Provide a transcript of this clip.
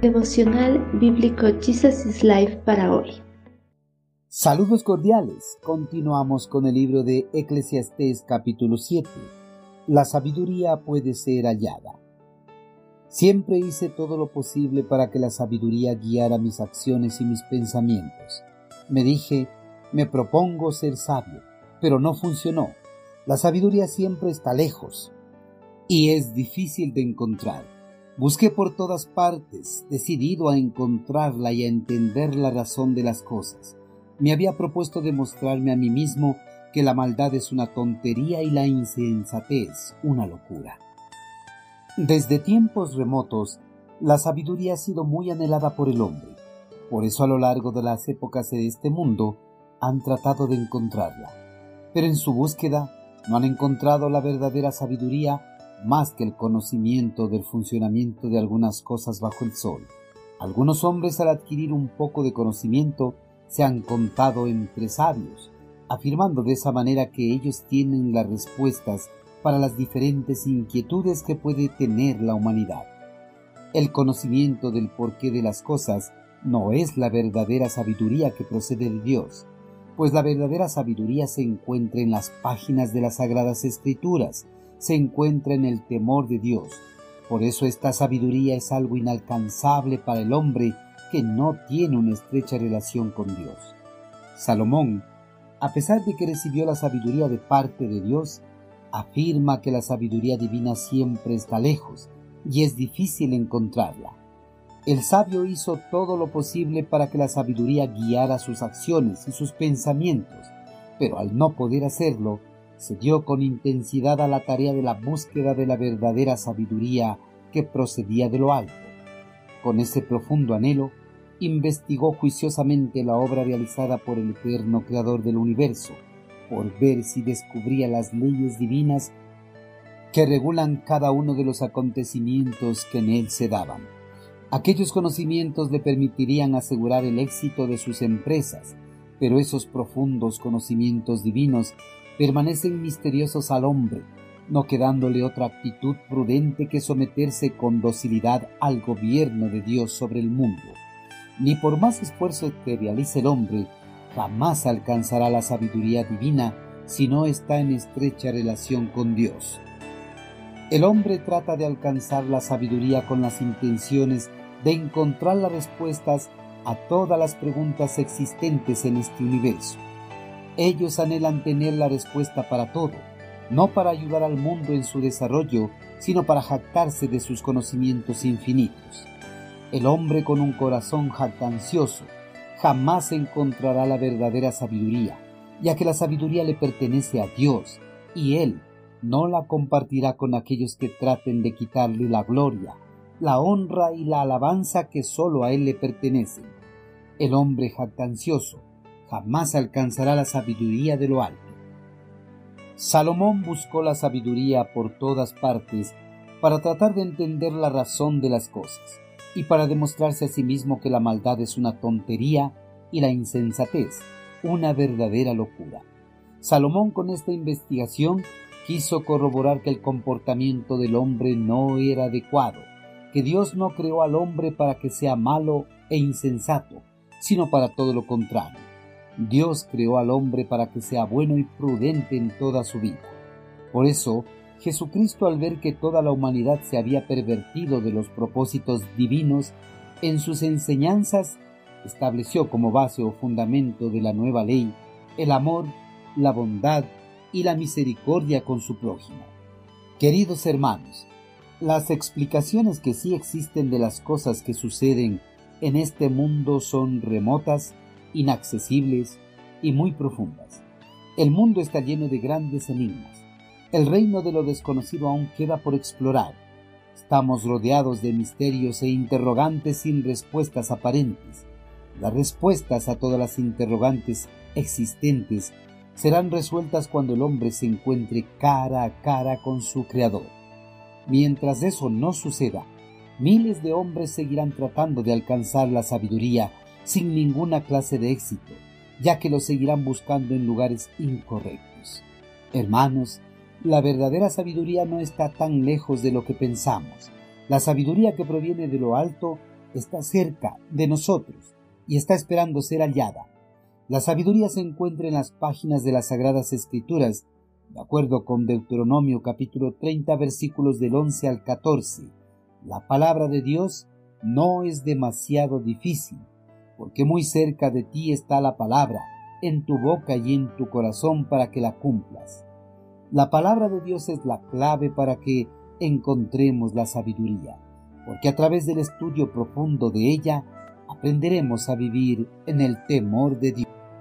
Devocional bíblico Jesus is Life para hoy. Saludos cordiales. Continuamos con el libro de Eclesiastés capítulo 7. La sabiduría puede ser hallada. Siempre hice todo lo posible para que la sabiduría guiara mis acciones y mis pensamientos. Me dije, me propongo ser sabio, pero no funcionó. La sabiduría siempre está lejos y es difícil de encontrar. Busqué por todas partes, decidido a encontrarla y a entender la razón de las cosas. Me había propuesto demostrarme a mí mismo que la maldad es una tontería y la insensatez una locura. Desde tiempos remotos, la sabiduría ha sido muy anhelada por el hombre. Por eso a lo largo de las épocas de este mundo han tratado de encontrarla. Pero en su búsqueda no han encontrado la verdadera sabiduría más que el conocimiento del funcionamiento de algunas cosas bajo el sol. Algunos hombres, al adquirir un poco de conocimiento, se han contado entre sabios, afirmando de esa manera que ellos tienen las respuestas para las diferentes inquietudes que puede tener la humanidad. El conocimiento del porqué de las cosas no es la verdadera sabiduría que procede de Dios, pues la verdadera sabiduría se encuentra en las páginas de las Sagradas Escrituras, se encuentra en el temor de Dios. Por eso esta sabiduría es algo inalcanzable para el hombre que no tiene una estrecha relación con Dios. Salomón, a pesar de que recibió la sabiduría de parte de Dios, afirma que la sabiduría divina siempre está lejos y es difícil encontrarla. El sabio hizo todo lo posible para que la sabiduría guiara sus acciones y sus pensamientos, pero al no poder hacerlo, se dio con intensidad a la tarea de la búsqueda de la verdadera sabiduría que procedía de lo alto. Con ese profundo anhelo, investigó juiciosamente la obra realizada por el eterno Creador del universo, por ver si descubría las leyes divinas que regulan cada uno de los acontecimientos que en él se daban. Aquellos conocimientos le permitirían asegurar el éxito de sus empresas, pero esos profundos conocimientos divinos permanecen misteriosos al hombre, no quedándole otra actitud prudente que someterse con docilidad al gobierno de Dios sobre el mundo. Ni por más esfuerzo que realice el hombre, jamás alcanzará la sabiduría divina si no está en estrecha relación con Dios. El hombre trata de alcanzar la sabiduría con las intenciones de encontrar las respuestas a todas las preguntas existentes en este universo. Ellos anhelan tener la respuesta para todo, no para ayudar al mundo en su desarrollo, sino para jactarse de sus conocimientos infinitos. El hombre con un corazón jactancioso jamás encontrará la verdadera sabiduría, ya que la sabiduría le pertenece a Dios, y Él no la compartirá con aquellos que traten de quitarle la gloria, la honra y la alabanza que solo a Él le pertenecen. El hombre jactancioso jamás alcanzará la sabiduría de lo alto. Salomón buscó la sabiduría por todas partes para tratar de entender la razón de las cosas y para demostrarse a sí mismo que la maldad es una tontería y la insensatez una verdadera locura. Salomón, con esta investigación, quiso corroborar que el comportamiento del hombre no era adecuado, que Dios no creó al hombre para que sea malo e insensato, sino para todo lo contrario. Dios creó al hombre para que sea bueno y prudente en toda su vida. Por eso, Jesucristo, al ver que toda la humanidad se había pervertido de los propósitos divinos, en sus enseñanzas estableció como base o fundamento de la nueva ley el amor, la bondad y la misericordia con su prójimo. Queridos hermanos, las explicaciones que sí existen de las cosas que suceden en este mundo son remotas, inaccesibles y muy profundas. El mundo está lleno de grandes enigmas. El reino de lo desconocido aún queda por explorar. Estamos rodeados de misterios e interrogantes sin respuestas aparentes. Las respuestas a todas las interrogantes existentes serán resueltas cuando el hombre se encuentre cara a cara con su Creador. Mientras eso no suceda, miles de hombres seguirán tratando de alcanzar la sabiduría sin ninguna clase de éxito, ya que lo seguirán buscando en lugares incorrectos. Hermanos, la verdadera sabiduría no está tan lejos de lo que pensamos. La sabiduría que proviene de lo alto está cerca de nosotros y está esperando ser hallada. La sabiduría se encuentra en las páginas de las Sagradas Escrituras, de acuerdo con Deuteronomio capítulo 30 versículos del 11 al 14. La palabra de Dios no es demasiado difícil, porque muy cerca de ti está la palabra, en tu boca y en tu corazón para que la cumplas. La palabra de Dios es la clave para que encontremos la sabiduría, porque a través del estudio profundo de ella aprenderemos a vivir en el temor de Dios.